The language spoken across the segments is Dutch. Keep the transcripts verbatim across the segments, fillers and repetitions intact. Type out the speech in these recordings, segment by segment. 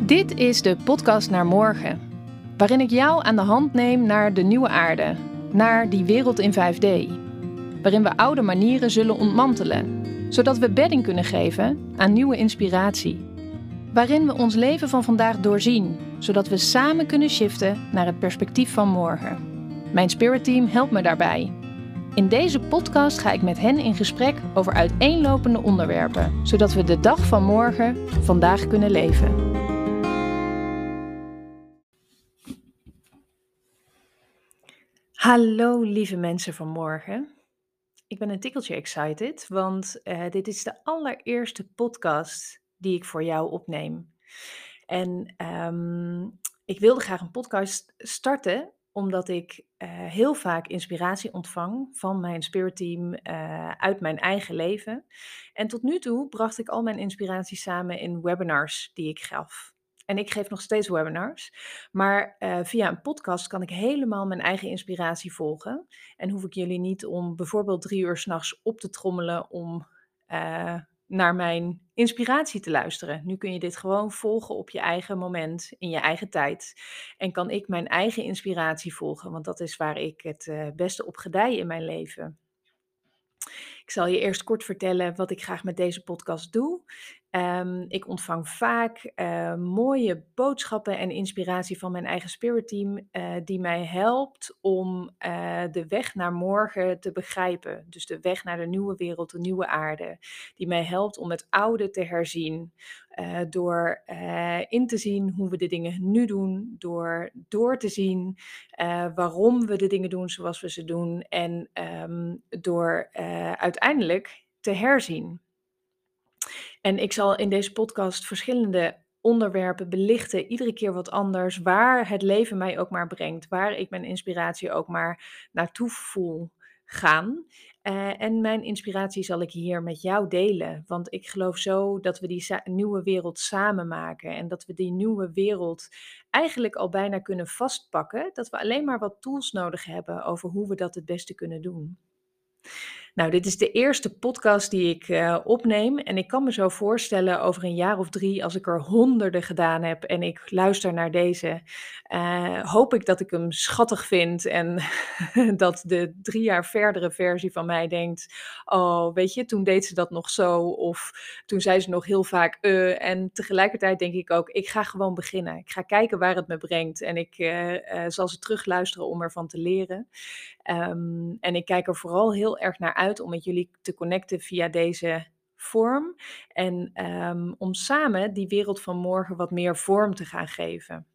Dit is de podcast naar morgen, waarin ik jou aan de hand neem naar de nieuwe aarde, naar die wereld in vijf D, waarin we oude manieren zullen ontmantelen, zodat we bedding kunnen geven aan nieuwe inspiratie, waarin we ons leven van vandaag doorzien, zodat we samen kunnen shiften naar het perspectief van morgen. Mijn Spirit Team helpt me daarbij. In deze podcast ga ik met hen in gesprek over uiteenlopende onderwerpen, zodat we de dag van morgen vandaag kunnen leven. Hallo lieve mensen van morgen. Ik ben een tikkeltje excited, want uh, dit is de allereerste podcast die ik voor jou opneem. En um, ik wilde graag een podcast starten, omdat ik uh, heel vaak inspiratie ontvang van mijn Spirit Team uh, uit mijn eigen leven. En tot nu toe bracht ik al mijn inspiratie samen in webinars die ik gaf. En ik geef nog steeds webinars, maar uh, via een podcast kan ik helemaal mijn eigen inspiratie volgen. En hoef ik jullie niet om bijvoorbeeld drie uur 's nachts op te trommelen om uh, naar mijn inspiratie te luisteren. Nu kun je dit gewoon volgen op je eigen moment, in je eigen tijd. En kan ik mijn eigen inspiratie volgen, want dat is waar ik het uh, beste op gedij in mijn leven. Ik zal je eerst kort vertellen wat ik graag met deze podcast doe. Um, ik ontvang vaak uh, mooie boodschappen en inspiratie van mijn eigen Spirit Team, uh, die mij helpt om uh, de weg naar morgen te begrijpen. Dus de weg naar de nieuwe wereld, de nieuwe aarde. Die mij helpt om het oude te herzien. Uh, door uh, in te zien hoe we de dingen nu doen. Door door te zien uh, waarom we de dingen doen zoals we ze doen. En um, door uh, uiteindelijk te herzien. En ik zal in deze podcast verschillende onderwerpen belichten, iedere keer wat anders, waar het leven mij ook maar brengt, waar ik mijn inspiratie ook maar naartoe voel gaan. Uh, en mijn inspiratie zal ik hier met jou delen, want ik geloof zo dat we die sa- nieuwe wereld samen maken en dat we die nieuwe wereld eigenlijk al bijna kunnen vastpakken, dat we alleen maar wat tools nodig hebben over hoe we dat het beste kunnen doen. Nou, dit is de eerste podcast die ik uh, opneem en ik kan me zo voorstellen over een jaar of drie, als ik er honderden gedaan heb en ik luister naar deze, uh, hoop ik dat ik hem schattig vind en dat de drie jaar verdere versie van mij denkt, oh, weet je, toen deed ze dat nog zo of toen zei ze nog heel vaak uh, en tegelijkertijd denk ik ook, ik ga gewoon beginnen. Ik ga kijken waar het me brengt en ik uh, uh, zal ze terugluisteren om ervan te leren. Um, en ik kijk er vooral heel erg naar uit om met jullie te connecten via deze vorm. En um, om samen die wereld van morgen wat meer vorm te gaan geven.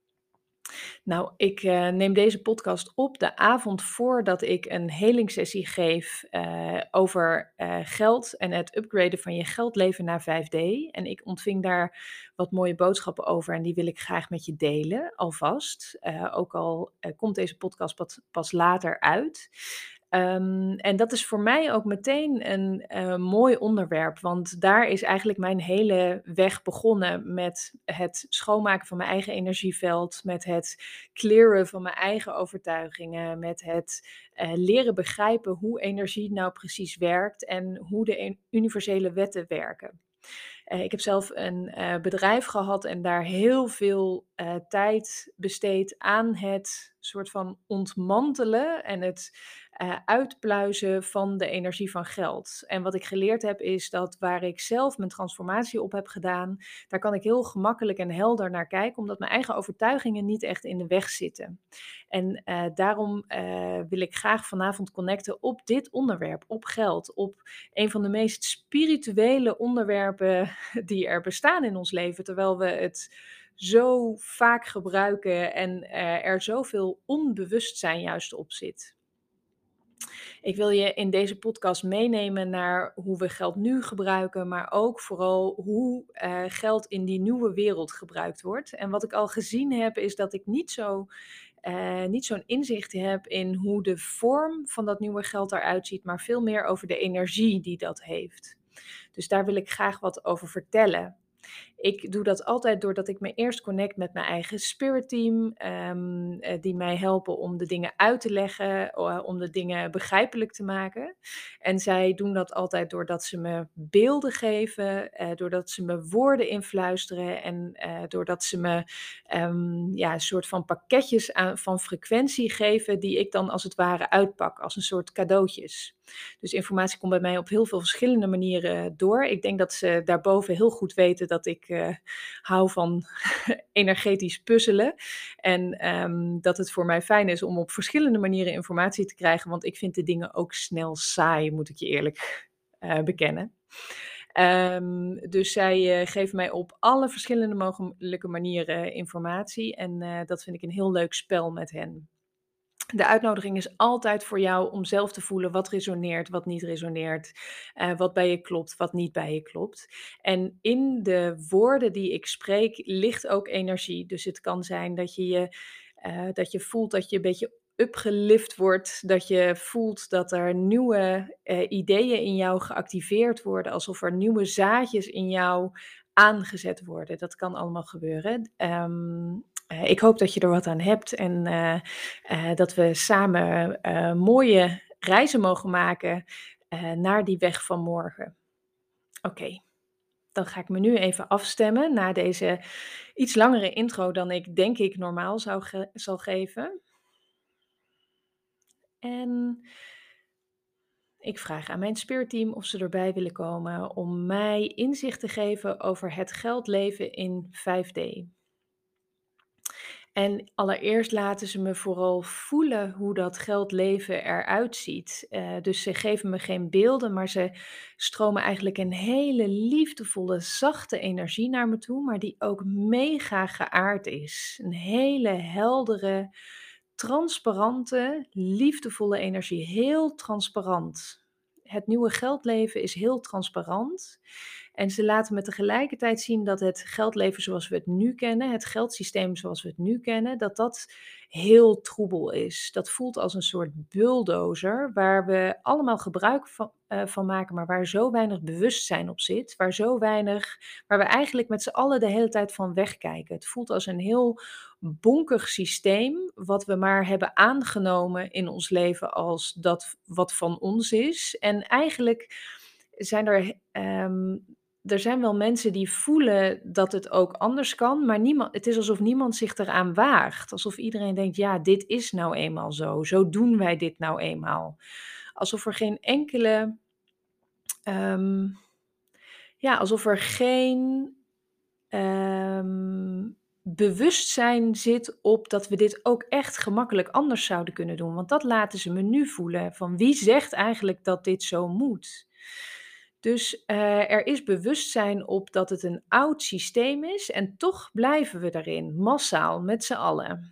Nou, ik uh, neem deze podcast op de avond voordat ik een helingssessie geef uh, over uh, geld en het upgraden van je geldleven naar vijf D. En ik ontving daar wat mooie boodschappen over en die wil ik graag met je delen, alvast. Uh, ook al uh, komt deze podcast pas, pas later uit. Um, en dat is voor mij ook meteen een uh, mooi onderwerp, want daar is eigenlijk mijn hele weg begonnen met het schoonmaken van mijn eigen energieveld, met het clearen van mijn eigen overtuigingen, met het uh, leren begrijpen hoe energie nou precies werkt en hoe de een- universele wetten werken. Uh, ik heb zelf een uh, bedrijf gehad en daar heel veel uh, tijd besteed aan het soort van ontmantelen en het uh, uitpluizen van de energie van geld. En wat ik geleerd heb is dat waar ik zelf mijn transformatie op heb gedaan, daar kan ik heel gemakkelijk en helder naar kijken, omdat mijn eigen overtuigingen niet echt in de weg zitten. En uh, daarom uh, wil ik graag vanavond connecten op dit onderwerp, op geld, op een van de meest spirituele onderwerpen die er bestaan in ons leven, terwijl we het zo vaak gebruiken en uh, er zoveel onbewustzijn juist op zit. Ik wil je in deze podcast meenemen naar hoe we geld nu gebruiken, maar ook vooral hoe uh, geld in die nieuwe wereld gebruikt wordt. En wat ik al gezien heb, is dat ik niet zo uh, niet zo'n inzicht heb in hoe de vorm van dat nieuwe geld eruit ziet, maar veel meer over de energie die dat heeft. Dus daar wil ik graag wat over vertellen. Ik doe dat altijd doordat ik me eerst connect met mijn eigen spirit team, ehm, eh, die mij helpen om de dingen uit te leggen, eh, om de dingen begrijpelijk te maken. En zij doen dat altijd doordat ze me beelden geven, eh, doordat ze me woorden influisteren en eh, doordat ze me ehm, ja, een soort van pakketjes aan, van frequentie geven, die ik dan als het ware uitpak, als een soort cadeautjes. Dus informatie komt bij mij op heel veel verschillende manieren door. Ik denk dat ze daarboven heel goed weten dat ik eh, hou van energetisch puzzelen. En ehm, dat het voor mij fijn is om op verschillende manieren informatie te krijgen. Want ik vind de dingen ook snel saai, moet ik je eerlijk eh, bekennen. Ehm, dus zij eh, geven mij op alle verschillende mogelijke manieren informatie. En eh, dat vind ik een heel leuk spel met hen. De uitnodiging is altijd voor jou om zelf te voelen wat resoneert, wat niet resoneert, eh, wat bij je klopt, wat niet bij je klopt. En in de woorden die ik spreek ligt ook energie. Dus het kan zijn dat je, je, eh, dat je voelt dat je een beetje upgelift wordt, dat je voelt dat er nieuwe eh, ideeën in jou geactiveerd worden, alsof er nieuwe zaadjes in jou aangezet worden. Dat kan allemaal gebeuren. Ehm, eh, ik hoop dat je er wat aan hebt en eh, eh, dat we samen eh, mooie reizen mogen maken eh, naar die weg van morgen. Oké, dan ga ik me nu even afstemmen na deze iets langere intro dan ik denk ik normaal zou ge- zal geven. En ik vraag aan mijn spiritteam of ze erbij willen komen om mij inzicht te geven over het geldleven in vijf D. En allereerst laten ze me vooral voelen hoe dat geldleven eruit ziet. Eh, dus ze geven me geen beelden, maar ze stromen eigenlijk een hele liefdevolle, zachte energie naar me toe, maar die ook mega geaard is. Een hele heldere, transparante, liefdevolle energie. Heel transparant. Het nieuwe geldleven is heel transparant. En ze laten me tegelijkertijd zien dat het geldleven zoals we het nu kennen, het geldsysteem zoals we het nu kennen, dat dat heel troebel is. Dat voelt als een soort bulldozer waar we allemaal gebruik van, eh, van maken, maar waar zo weinig bewustzijn op zit, waar zo weinig, waar we eigenlijk met z'n allen de hele tijd van wegkijken. Het voelt als een heel bonkig systeem, wat we maar hebben aangenomen in ons leven als dat wat van ons is. En eigenlijk zijn er, ehm, er zijn wel mensen die voelen dat het ook anders kan, maar niemand, het is alsof niemand zich eraan waagt. Alsof iedereen denkt, ja, dit is nou eenmaal zo. Zo doen wij dit nou eenmaal. Alsof er geen enkele, ehm, ja, alsof er geen ehm, bewustzijn zit op dat we dit ook echt gemakkelijk anders zouden kunnen doen. Want dat laten ze me nu voelen. Van wie zegt eigenlijk dat dit zo moet? Dus eh, er is bewustzijn op dat het een oud systeem is en toch blijven we daarin, massaal, met z'n allen.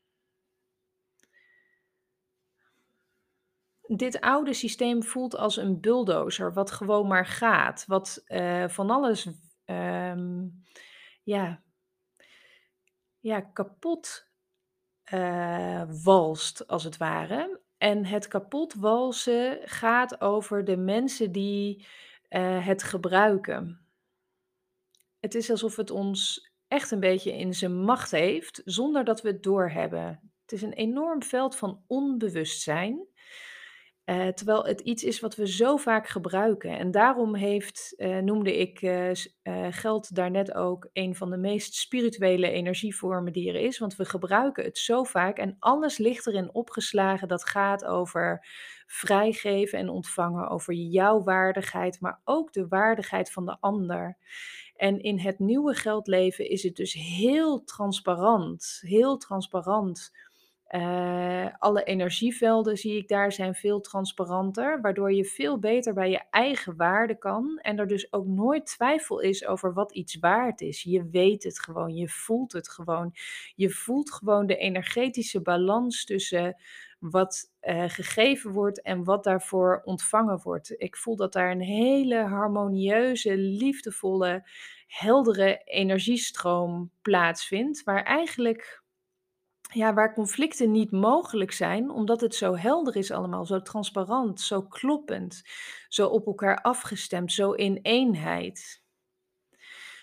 Dit oude systeem voelt als een bulldozer, wat gewoon maar gaat, wat eh, van alles ehm, ja, ja, kapot eh, walst, als het ware. En het kapot walsen gaat over de mensen die eh, het gebruiken. Het is alsof het ons echt een beetje in zijn macht heeft, zonder dat we het doorhebben. Het is een enorm veld van onbewustzijn. Eh, terwijl het iets is wat we zo vaak gebruiken. En daarom heeft, eh, noemde ik eh, s- eh, geld daarnet ook een van de meest spirituele energievormen die er is. Want we gebruiken het zo vaak en alles ligt erin opgeslagen dat gaat over vrijgeven en ontvangen, over jouw waardigheid, maar ook de waardigheid van de ander. En in het nieuwe geldleven is het dus heel transparant, heel transparant. Eh, alle energievelden zie ik daar zijn veel transparanter, waardoor je veel beter bij je eigen waarde kan en er dus ook nooit twijfel is over wat iets waard is. Je weet het gewoon, je voelt het gewoon. Je voelt gewoon de energetische balans tussen wat eh, gegeven wordt en wat daarvoor ontvangen wordt. Ik voel dat daar een hele harmonieuze, liefdevolle, heldere energiestroom plaatsvindt, waar eigenlijk ja, waar conflicten niet mogelijk zijn, omdat het zo helder is allemaal, zo transparant, zo kloppend, zo op elkaar afgestemd, zo in eenheid.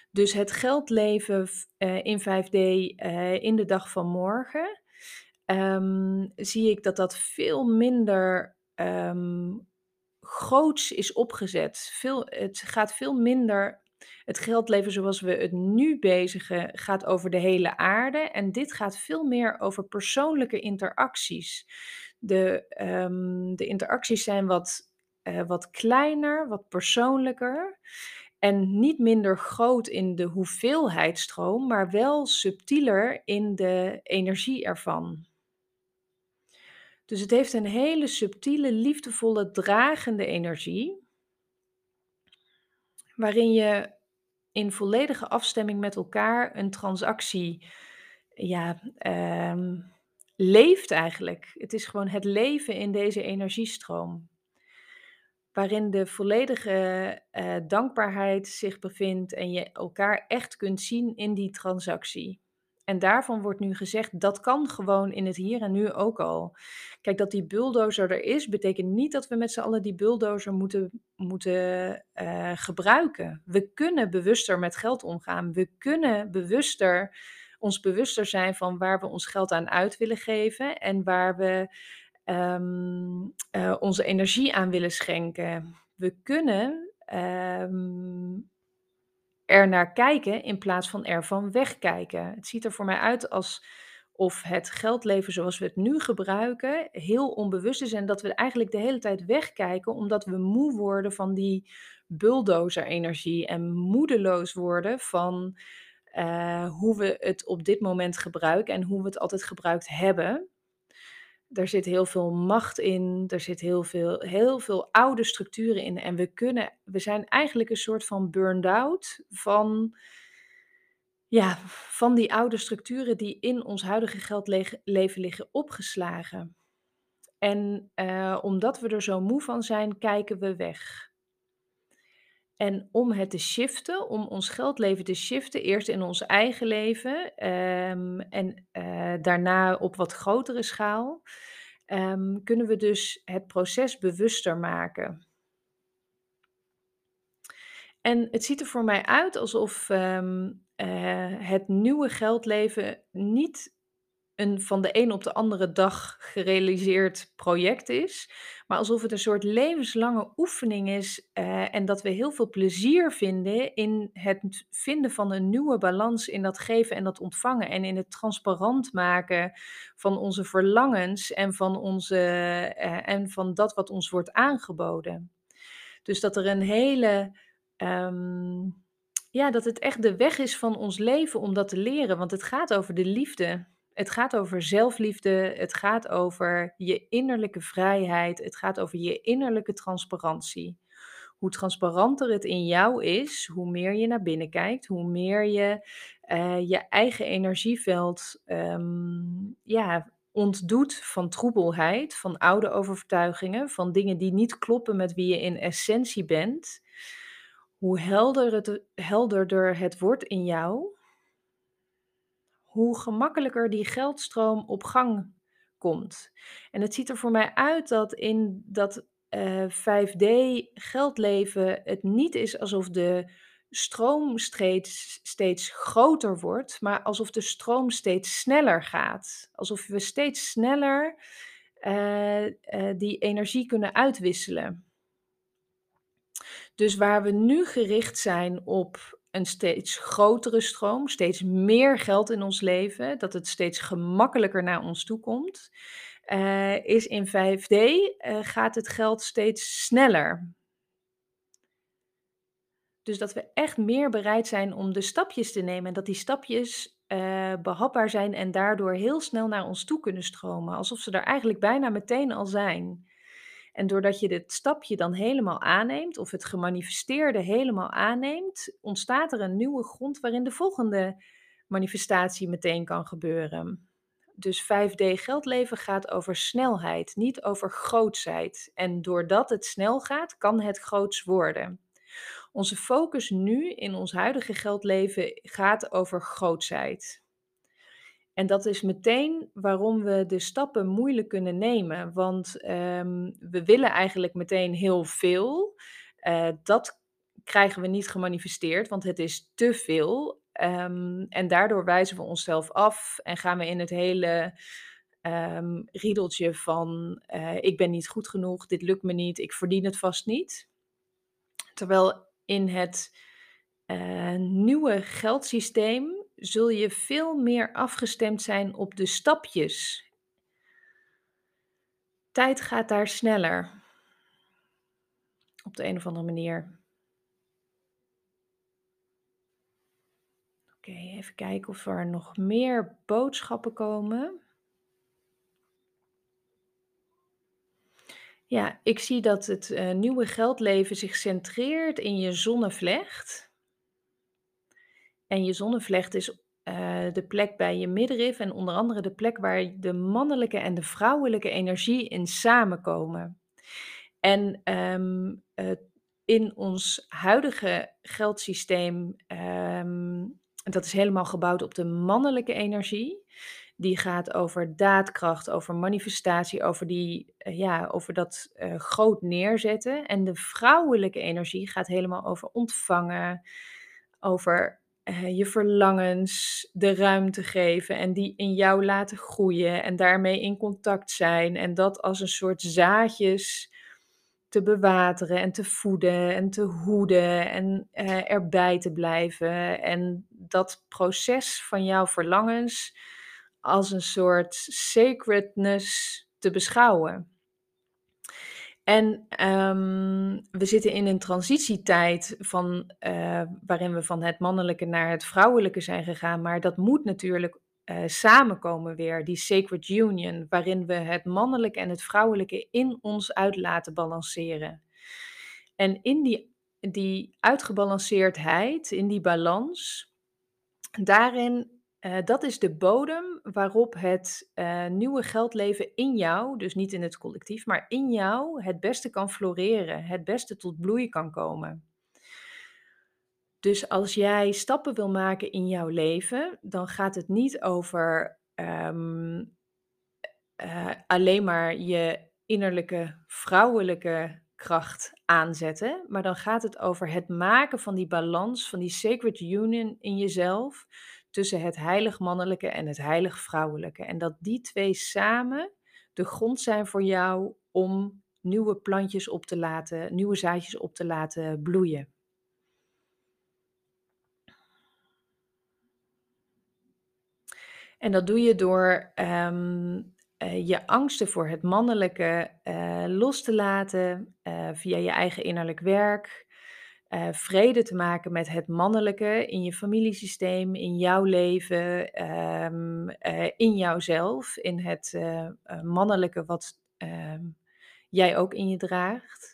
Dus het geldleven v eh, in vijf D, eh, in de dag van morgen, ehm, zie ik dat dat veel minder, ehm, groots is opgezet. Veel Het gaat veel minder. Het geldleven zoals we het nu bezigen, gaat over de hele aarde en dit gaat veel meer over persoonlijke interacties. De, ehm, de interacties zijn wat, eh, wat kleiner, wat persoonlijker en niet minder groot in de hoeveelheidsstroom, maar wel subtieler in de energie ervan. Dus het heeft een hele subtiele, liefdevolle, dragende energie, waarin je in volledige afstemming met elkaar een transactie, ja, ehm, leeft eigenlijk. Het is gewoon het leven in deze energiestroom, waarin de volledige, eh, dankbaarheid zich bevindt en je elkaar echt kunt zien in die transactie. En daarvan wordt nu gezegd, dat kan gewoon in het hier en nu ook al. Kijk, dat die bulldozer er is, betekent niet dat we met z'n allen die bulldozer moeten moeten, eh, gebruiken. We kunnen bewuster met geld omgaan. We kunnen bewuster ons bewuster zijn van waar we ons geld aan uit willen geven en waar we ehm, eh, onze energie aan willen schenken. We kunnen ehm, er naar kijken in plaats van ervan wegkijken. Het ziet er voor mij uit alsof het geldleven zoals we het nu gebruiken heel onbewust is en dat we eigenlijk de hele tijd wegkijken omdat we moe worden van die bulldozer-energie en moedeloos worden van eh, hoe we het op dit moment gebruiken en hoe we het altijd gebruikt hebben. Er zit heel veel macht in, er zit heel veel, heel veel oude structuren in en we kunnen, we zijn eigenlijk een soort van burned out van, ja, van die oude structuren die in ons huidige geldleven liggen opgeslagen. En eh, omdat we er zo moe van zijn, kijken we weg. En om het te shiften, om ons geldleven te shiften, eerst in ons eigen leven ehm, en eh, daarna op wat grotere schaal, ehm, kunnen we dus het proces bewuster maken. En het ziet er voor mij uit alsof ehm, eh, het nieuwe geldleven niet een van de een op de andere dag gerealiseerd project is, maar alsof het een soort levenslange oefening is, eh, en dat we heel veel plezier vinden in het vinden van een nieuwe balans in dat geven en dat ontvangen en in het transparant maken van onze verlangens en van, onze, eh, en van dat wat ons wordt aangeboden. Dus dat er een hele, ehm, ja, dat het echt de weg is van ons leven om dat te leren, want het gaat over de liefde. Het gaat over zelfliefde, het gaat over je innerlijke vrijheid, het gaat over je innerlijke transparantie. Hoe transparanter het in jou is, hoe meer je naar binnen kijkt, hoe meer je eh, je eigen energieveld ehm, ja, ontdoet van troebelheid, van oude overtuigingen, van dingen die niet kloppen met wie je in essentie bent. Hoe helder het, helderder het wordt in jou, hoe gemakkelijker die geldstroom op gang komt. En het ziet er voor mij uit dat in dat eh vijf D-geldleven het niet is alsof de stroom steeds, steeds groter wordt, maar alsof de stroom steeds sneller gaat. Alsof we steeds sneller eh, eh, die energie kunnen uitwisselen. Dus waar we nu gericht zijn op een steeds grotere stroom, steeds meer geld in ons leven, dat het steeds gemakkelijker naar ons toe komt, eh, is in vijf D eh, gaat het geld steeds sneller. Dus dat we echt meer bereid zijn om de stapjes te nemen en dat die stapjes eh, behapbaar zijn en daardoor heel snel naar ons toe kunnen stromen, alsof ze er eigenlijk bijna meteen al zijn. En doordat je dit stapje dan helemaal aanneemt, of het gemanifesteerde helemaal aanneemt, ontstaat er een nieuwe grond waarin de volgende manifestatie meteen kan gebeuren. Dus vijf D geldleven gaat over snelheid, niet over grootsheid. En doordat het snel gaat, kan het groots worden. Onze focus nu in ons huidige geldleven gaat over grootsheid. En dat is meteen waarom we de stappen moeilijk kunnen nemen. Want ehm, we willen eigenlijk meteen heel veel. Eh, dat krijgen we niet gemanifesteerd, want het is te veel. Ehm, en daardoor wijzen we onszelf af en gaan we in het hele ehm, riedeltje van eh, ik ben niet goed genoeg, dit lukt me niet, ik verdien het vast niet. Terwijl in het eh, nieuwe geldsysteem zul je veel meer afgestemd zijn op de stapjes. Tijd gaat daar sneller, op de een of andere manier. Oké, even kijken of er nog meer boodschappen komen. Ja, ik zie dat het eh, nieuwe geldleven zich centreert in je zonnevlecht. En je zonnevlecht is eh, de plek bij je middenrif en onder andere de plek waar de mannelijke en de vrouwelijke energie in samenkomen. En ehm, eh, in ons huidige geldsysteem, ehm, dat is helemaal gebouwd op de mannelijke energie. Die gaat over daadkracht, over manifestatie, over, die, eh, ja, over dat eh, groot neerzetten. En de vrouwelijke energie gaat helemaal over ontvangen, over eh, je verlangens de ruimte geven en die in jou laten groeien en daarmee in contact zijn. En dat als een soort zaadjes te bewateren en te voeden en te hoeden en eh, erbij te blijven. En dat proces van jouw verlangens als een soort sacredness te beschouwen. En ehm, we zitten in een transitietijd van, eh, waarin we van het mannelijke naar het vrouwelijke zijn gegaan. Maar dat moet natuurlijk eh, samenkomen weer, die sacred union, waarin we het mannelijke en het vrouwelijke in ons uit laten balanceren. En in die, die uitgebalanceerdheid, in die balans, daarin, eh, dat is de bodem waarop het eh, nieuwe geldleven in jou, dus niet in het collectief, maar in jou het beste kan floreren, het beste tot bloei kan komen. Dus als jij stappen wil maken in jouw leven, dan gaat het niet over ehm, eh, alleen maar je innerlijke vrouwelijke kracht aanzetten, maar dan gaat het over het maken van die balans, van die sacred union in jezelf tussen het heilig mannelijke en het heilig vrouwelijke. En dat die twee samen de grond zijn voor jou om nieuwe plantjes op te laten, nieuwe zaadjes op te laten bloeien. En dat doe je door ehm, eh, je angsten voor het mannelijke eh, los te laten eh, via je eigen innerlijk werk. eh, vrede te maken met het mannelijke in je familiesysteem, in jouw leven, ehm, eh, in jouzelf, in het eh, eh, mannelijke wat ehm, jij ook in je draagt.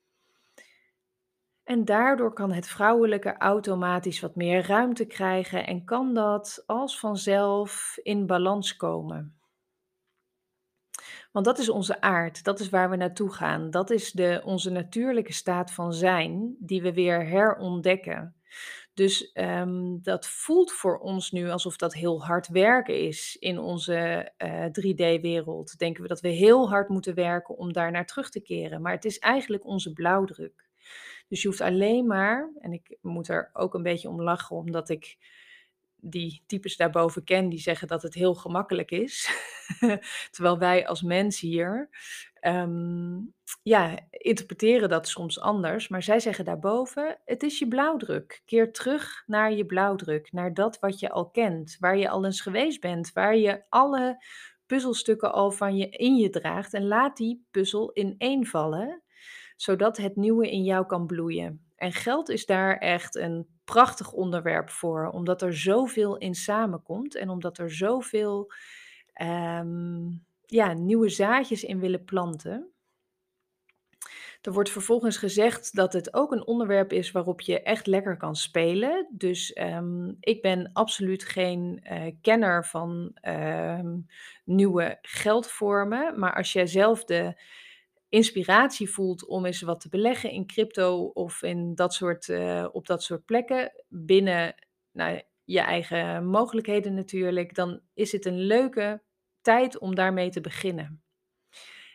En daardoor kan het vrouwelijke automatisch wat meer ruimte krijgen en kan dat als vanzelf in balans komen. Want dat is onze aard, dat is waar we naartoe gaan. Dat is de, onze natuurlijke staat van zijn, die we weer herontdekken. Dus ehm, dat voelt voor ons nu alsof dat heel hard werken is in onze eh, drie D-wereld. Denken we dat we heel hard moeten werken om daar naar terug te keren. Maar het is eigenlijk onze blauwdruk. Dus je hoeft alleen maar, en ik moet er ook een beetje om lachen, omdat ik die types daarboven ken die zeggen dat het heel gemakkelijk is. Terwijl wij als mens hier, ehm, ja, interpreteren dat soms anders. Maar zij zeggen daarboven, het is je blauwdruk. Keer terug naar je blauwdruk, naar dat wat je al kent, waar je al eens geweest bent, waar je alle puzzelstukken al van je in je draagt. En laat die puzzel ineenvallen, zodat het nieuwe in jou kan bloeien. En geld is daar echt een prachtig onderwerp voor, omdat er zoveel in samenkomt en omdat er zoveel ehm, ja, nieuwe zaadjes in willen planten. Er wordt vervolgens gezegd dat het ook een onderwerp is waarop je echt lekker kan spelen. Dus ehm, ik ben absoluut geen eh, kenner van ehm, nieuwe geldvormen. Maar als jij zelf de inspiratie voelt om eens wat te beleggen in crypto of in dat soort, eh, op dat soort plekken binnen nou, je eigen mogelijkheden natuurlijk, dan is het een leuke tijd om daarmee te beginnen.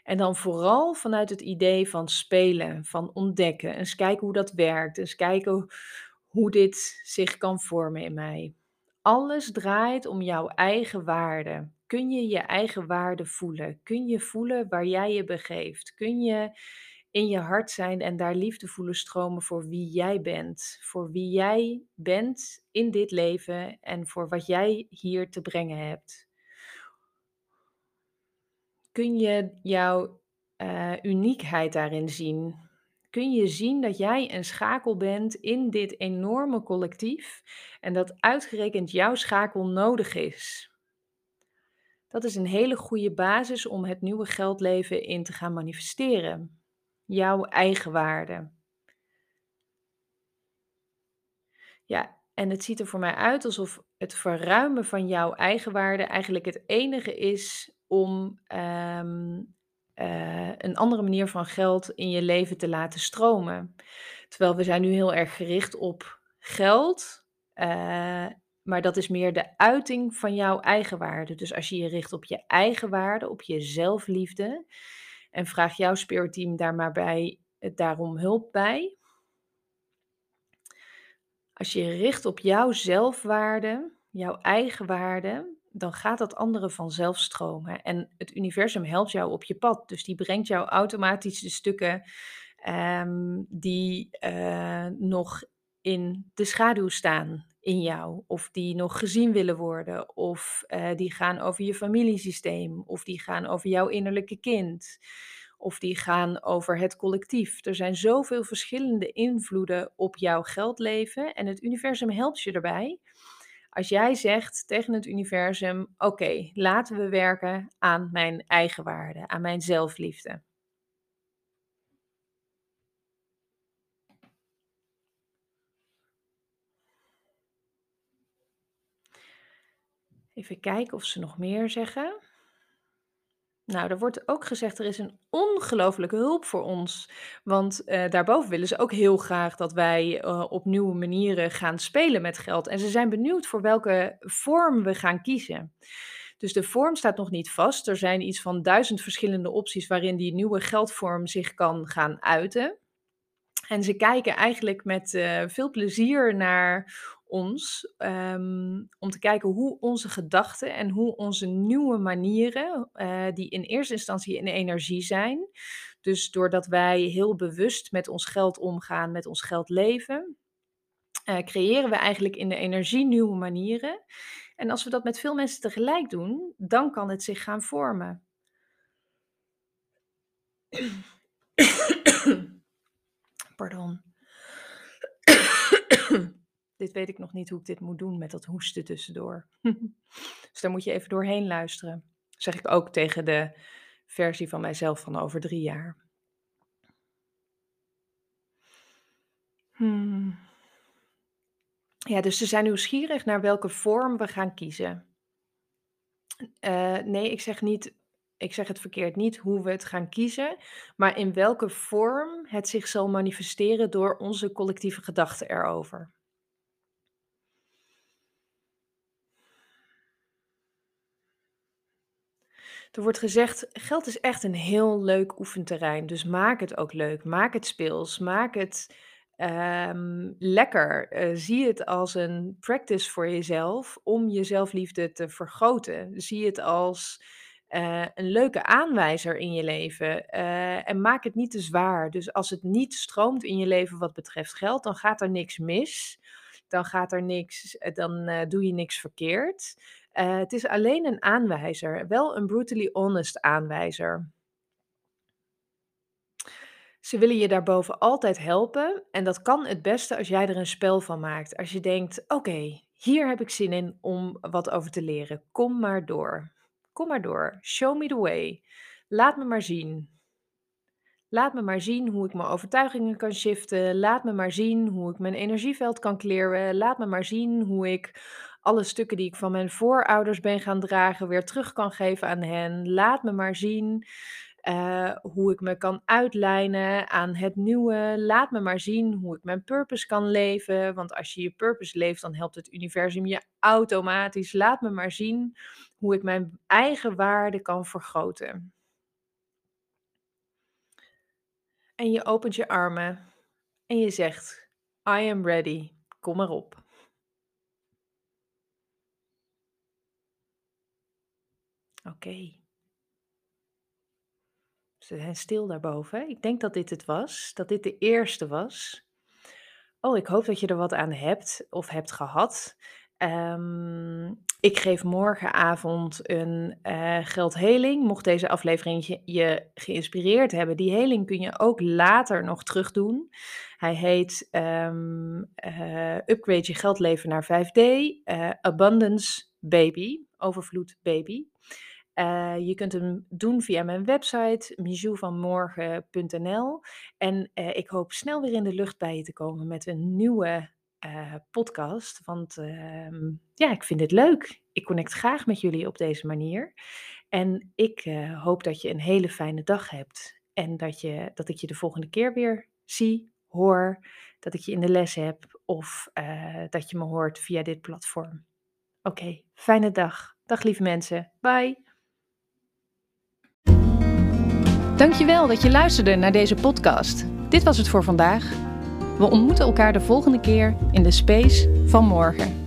En dan vooral vanuit het idee van spelen, van ontdekken. Eens kijken hoe dat werkt. Eens kijken hoe dit zich kan vormen in mij. Alles draait om jouw eigen waarde. Kun je je eigen waarde voelen? Kun je voelen waar jij je begeeft? Kun je in je hart zijn en daar liefde voelen stromen voor wie jij bent? Voor wie jij bent in dit leven en voor wat jij hier te brengen hebt? Kun je jouw eh, uniekheid daarin zien? Kun je zien dat jij een schakel bent in dit enorme collectief en dat uitgerekend jouw schakel nodig is? Dat is een hele goede basis om het nieuwe geldleven in te gaan manifesteren. Jouw eigen waarde. Ja, en het ziet er voor mij uit alsof het verruimen van jouw eigenwaarde eigenlijk het enige is om ehm, eh, een andere manier van geld in je leven te laten stromen. Terwijl we zijn nu heel erg gericht op geld, eh, maar dat is meer de uiting van jouw eigenwaarde. Dus als je je richt op je eigenwaarde, op je zelfliefde, en vraag jouw spirit team daar maar bij, eh, daarom hulp bij. Als je je richt op jouw zelfwaarde, jouw eigen waarde, dan gaat dat andere vanzelf stromen. En het universum helpt jou op je pad. Dus die brengt jou automatisch de stukken ehm, die eh, nog in de schaduw staan in jou. Of die nog gezien willen worden. Of eh, die gaan over je familiesysteem. Of die gaan over jouw innerlijke kind. Of die gaan over het collectief. Er zijn zoveel verschillende invloeden op jouw geldleven en het universum helpt je erbij. Als jij zegt tegen het universum: oké, laten we werken aan mijn eigenwaarde, aan mijn zelfliefde. Even kijken of ze nog meer zeggen. Nou, er wordt ook gezegd, er is een ongelooflijke hulp voor ons. Want eh, daarboven willen ze ook heel graag dat wij eh, op nieuwe manieren gaan spelen met geld. En ze zijn benieuwd voor welke vorm we gaan kiezen. Dus de vorm staat nog niet vast. Er zijn iets van duizend verschillende opties waarin die nieuwe geldvorm zich kan gaan uiten. En ze kijken eigenlijk met eh, veel plezier naar ons, ehm, om te kijken hoe onze gedachten en hoe onze nieuwe manieren, eh, die in eerste instantie in energie zijn. Dus doordat wij heel bewust met ons geld omgaan, met ons geld leven, eh, creëren we eigenlijk in de energie nieuwe manieren. En als we dat met veel mensen tegelijk doen, dan kan het zich gaan vormen. Pardon. Dit weet ik nog niet hoe ik dit moet doen met dat hoesten tussendoor. Dus daar moet je even doorheen luisteren. Zeg ik ook tegen de versie van mijzelf van over drie jaar. Hmm. Ja, dus ze zijn nieuwsgierig naar welke vorm we gaan kiezen. Uh, nee, ik zeg niet, ik zeg het verkeerd, niet hoe we het gaan kiezen, maar in welke vorm het zich zal manifesteren door onze collectieve gedachten erover. Er wordt gezegd, geld is echt een heel leuk oefenterrein, dus maak het ook leuk. Maak het speels, maak het ehm, lekker. Eh, zie het als een practice voor jezelf om je zelfliefde te vergroten. Zie het als eh, een leuke aanwijzer in je leven eh, en maak het niet te zwaar. Dus als het niet stroomt in je leven wat betreft geld, dan gaat er niks mis. Dan gaat er niks, eh, dan eh, doe je niks verkeerd. Eh, het is alleen een aanwijzer, wel een brutally honest aanwijzer. Ze willen je daarboven altijd helpen en dat kan het beste als jij er een spel van maakt. Als je denkt, oké, hier heb ik zin in om wat over te leren. Kom maar door. Kom maar door. Show me the way. Laat me maar zien. Laat me maar zien hoe ik mijn overtuigingen kan shiften. Laat me maar zien hoe ik mijn energieveld kan clearen. Laat me maar zien hoe ik alle stukken die ik van mijn voorouders ben gaan dragen weer terug kan geven aan hen. Laat me maar zien eh, hoe ik me kan uitlijnen aan het nieuwe. Laat me maar zien hoe ik mijn purpose kan leven. Want als je je purpose leeft, dan helpt het universum je automatisch. Laat me maar zien hoe ik mijn eigen waarde kan vergroten. En je opent je armen en je zegt: I am ready. Kom maar op. Oké. Okay. Ze zijn stil daarboven. Ik denk dat dit het was, dat dit de eerste was. Oh, ik hoop dat je er wat aan hebt of hebt gehad. Um, ik geef morgenavond een uh, geldheling. Mocht deze aflevering je, je geïnspireerd hebben, die heling kun je ook later nog terugdoen. Hij heet um, uh, Upgrade je geldleven naar vijf D, uh, Abundance Baby, Overvloed Baby. Uh, je kunt hem doen via mijn website mijou van morgen punt n l. En uh, ik hoop snel weer in de lucht bij je te komen met een nieuwe uh, podcast. Want uh, ja, ik vind het leuk. Ik connect graag met jullie op deze manier. En ik uh, hoop dat je een hele fijne dag hebt. En dat, je, dat ik je de volgende keer weer zie, hoor. Dat ik je in de les heb. Of uh, dat je me hoort via dit platform. Oké, okay, fijne dag. Dag lieve mensen. Bye. Dankjewel dat je luisterde naar deze podcast. Dit was het voor vandaag. We ontmoeten elkaar de volgende keer in de space van morgen.